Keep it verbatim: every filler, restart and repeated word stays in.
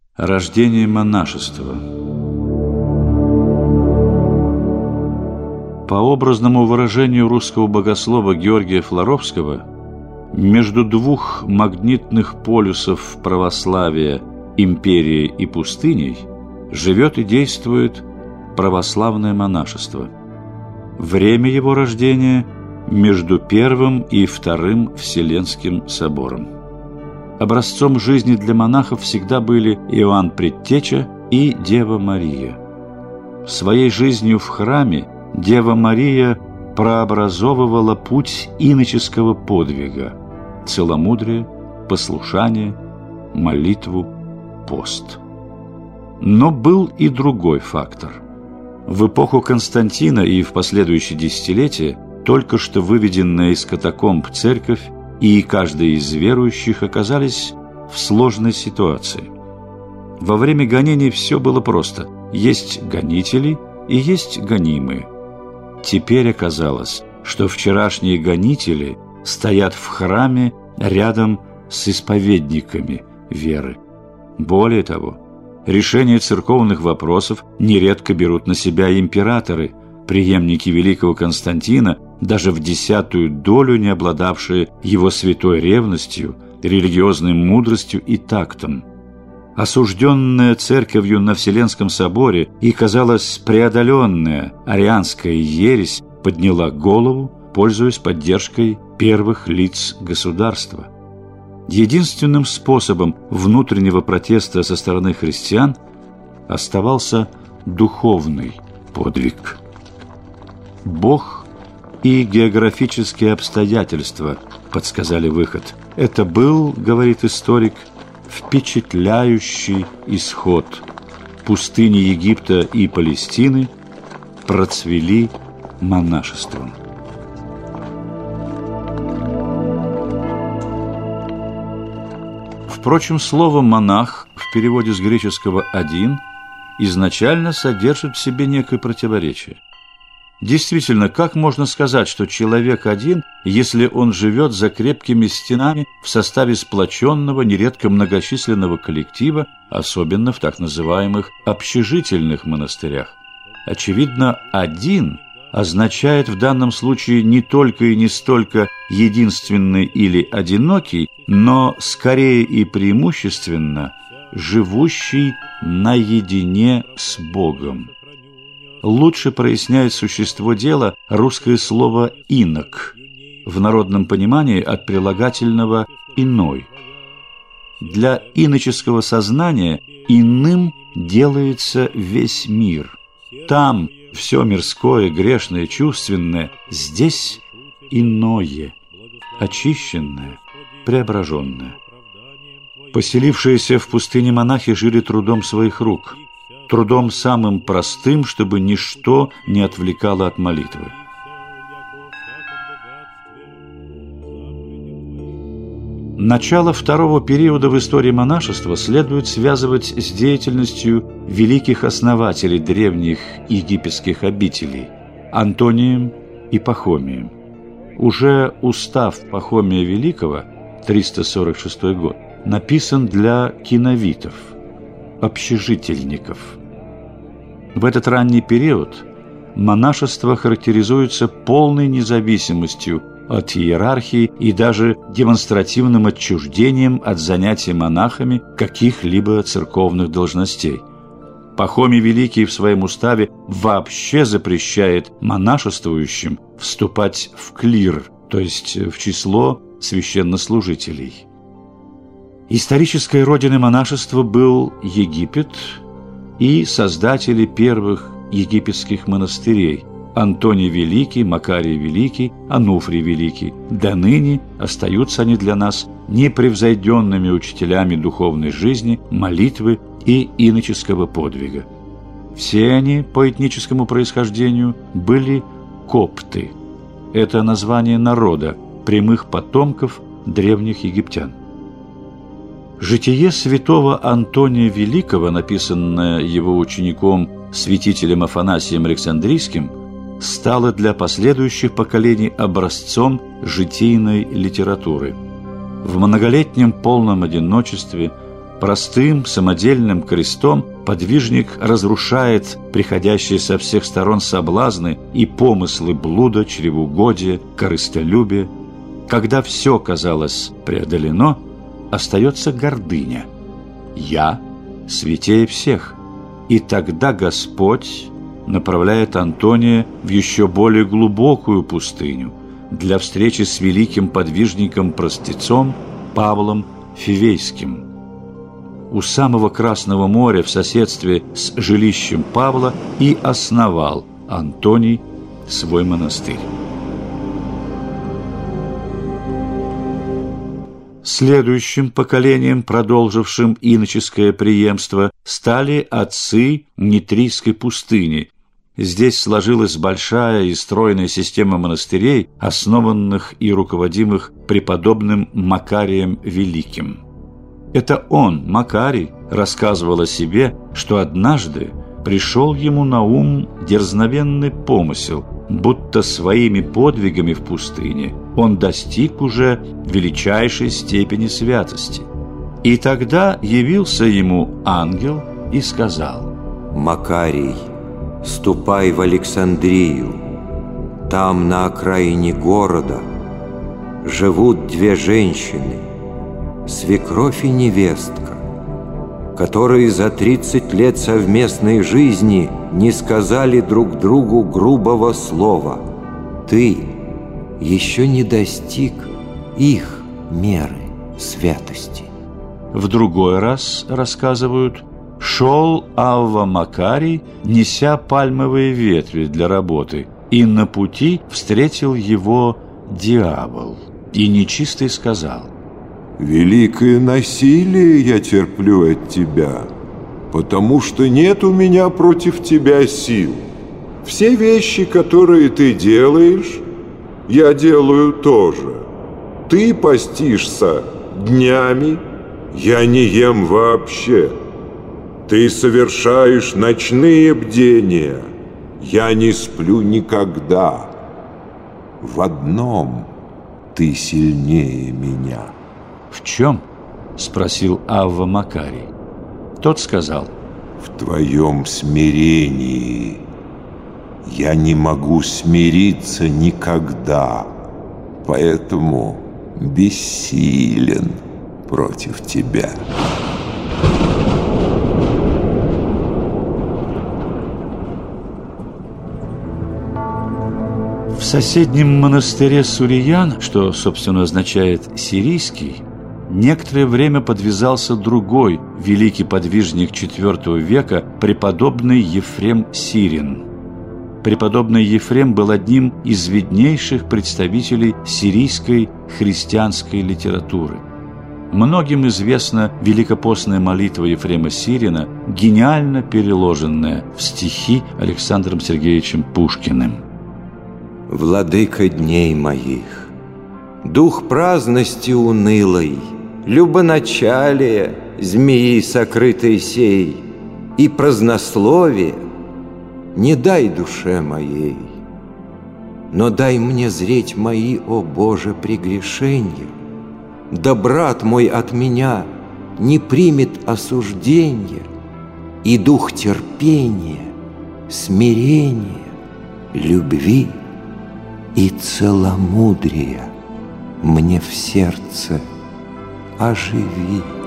Рождение монашества. По образному выражению русского богослова Георгия Флоровского, между двух магнитных полюсов православия, империи и пустыней, живет и действует православное монашество. Время его рождения между Первым и Вторым Вселенским собором. Образцом жизни для монахов всегда были Иоанн Предтеча и Дева Мария. Своей жизнью в храме Дева Мария прообразовывала путь иноческого подвига, целомудрие, послушание, молитву, пост. Но был и другой фактор. В эпоху Константина и в последующие десятилетия только что выведенная из катакомб церковь и каждый из верующих оказались в сложной ситуации. Во время гонений все было просто. Есть гонители и есть гонимые. Теперь оказалось, что вчерашние гонители стоят в храме рядом с исповедниками веры. Более того, решение церковных вопросов нередко берут на себя императоры, преемники великого Константина, даже в десятую долю не обладавшие его святой ревностью, религиозной мудростью и тактом. Осужденная церковью на Вселенском соборе и, казалось, преодоленная арианская ересь подняла голову, пользуясь поддержкой первых лиц государства. Единственным способом внутреннего протеста со стороны христиан оставался духовный подвиг. Бог и географические обстоятельства подсказали выход. Это был, говорит историк, впечатляющий исход. Пустыни Египта и Палестины процвели монашеством. Впрочем, слово «монах» в переводе с греческого «один» изначально содержит в себе некое противоречие. Действительно, как можно сказать, что человек один, если он живет за крепкими стенами в составе сплоченного, нередко многочисленного коллектива, особенно в так называемых общежительных монастырях? Очевидно, «один» означает в данном случае не только и не столько единственный или одинокий, но скорее и преимущественно живущий наедине с Богом. Лучше проясняет существо дела русское слово «инок», в народном понимании от прилагательного «иной». Для иноческого сознания иным делается весь мир. Там все мирское, грешное, чувственное, здесь иное, очищенное, преображенное. Поселившиеся в пустыне монахи жили трудом своих рук, трудом самым простым, чтобы ничто не отвлекало от молитвы. Начало второго периода в истории монашества следует связывать с деятельностью великих основателей древних египетских обителей – Антонием и Пахомием. Уже устав Пахомия Великого, триста сорок шестой год, написан для киновитов, общежительников. В этот ранний период монашество характеризуется полной независимостью от иерархии и даже демонстративным отчуждением от занятий монахами каких-либо церковных должностей. Пахомий Великий в своем уставе вообще запрещает монашествующим вступать в клир, то есть в число священнослужителей. Исторической родиной монашества был Египет и создатели первых египетских монастырей Антоний Великий, Макарий Великий, Ануфрий Великий. До ныне остаются они для нас непревзойденными учителями духовной жизни, молитвы и иноческого подвига. Все они по этническому происхождению были копты. Это название народа, прямых потомков древних египтян. Житие святого Антония Великого, написанное его учеником, святителем Афанасием Александрийским, стало для последующих поколений образцом житийной литературы. В многолетнем полном одиночестве, Простым самодельным крестом подвижник разрушает приходящие со всех сторон соблазны и помыслы блуда, чревоугодия, корыстолюбия. Когда все, казалось, преодолено, остается гордыня. «Я святее всех». И тогда Господь направляет Антония в еще более глубокую пустыню для встречи с великим подвижником-простецом Павлом Фивейским. У самого Красного моря, в соседстве с жилищем Павла, и основал Антоний свой монастырь. Следующим поколением, продолжившим иноческое преемство, стали отцы Нитрийской пустыни. Здесь сложилась большая и стройная система монастырей, основанных и руководимых преподобным Макарием Великим. Это он, Макарий, рассказывал о себе, что однажды пришел ему на ум дерзновенный помысел, будто своими подвигами в пустыне он достиг уже величайшей степени святости. И тогда явился ему ангел и сказал: «Макарий, ступай в Александрию. Там, на окраине города, живут две женщины, свекровь и невестка, которые за тридцать лет совместной жизни не сказали друг другу грубого слова. Ты еще не достиг их меры святости». В другой раз, рассказывают, шел Авва Макарий, неся пальмовые ветви для работы, и на пути встретил его дьявол, и нечистый сказал: «Великое насилие я терплю от тебя, потому что нет у меня против тебя сил. Все вещи, которые ты делаешь, я делаю тоже. Ты постишься днями, я не ем вообще. Ты совершаешь ночные бдения, я не сплю никогда. В одном ты сильнее меня». «В чем?» – спросил Авва Макарий. Тот сказал: «В твоем смирении. Я не могу смириться никогда, поэтому бессилен против тебя». В соседнем монастыре Суриян, что, собственно, означает «сирийский», некоторое время подвязался другой великий подвижник четвёртого века, преподобный Ефрем Сирин. Преподобный Ефрем был одним из виднейших представителей сирийской христианской литературы. Многим известна великопостная молитва Ефрема Сирина, гениально переложенная в стихи Александром Сергеевичем Пушкиным. «Владыка дней моих, дух праздности унылой, любоначалие змеи сокрытой сей и празднословие не дай душе моей, но дай мне зреть мои, о Боже, прегрешения, да брат мой от меня не примет осуждения, и дух терпения, смирения, любви и целомудрия мне в сердце оживи».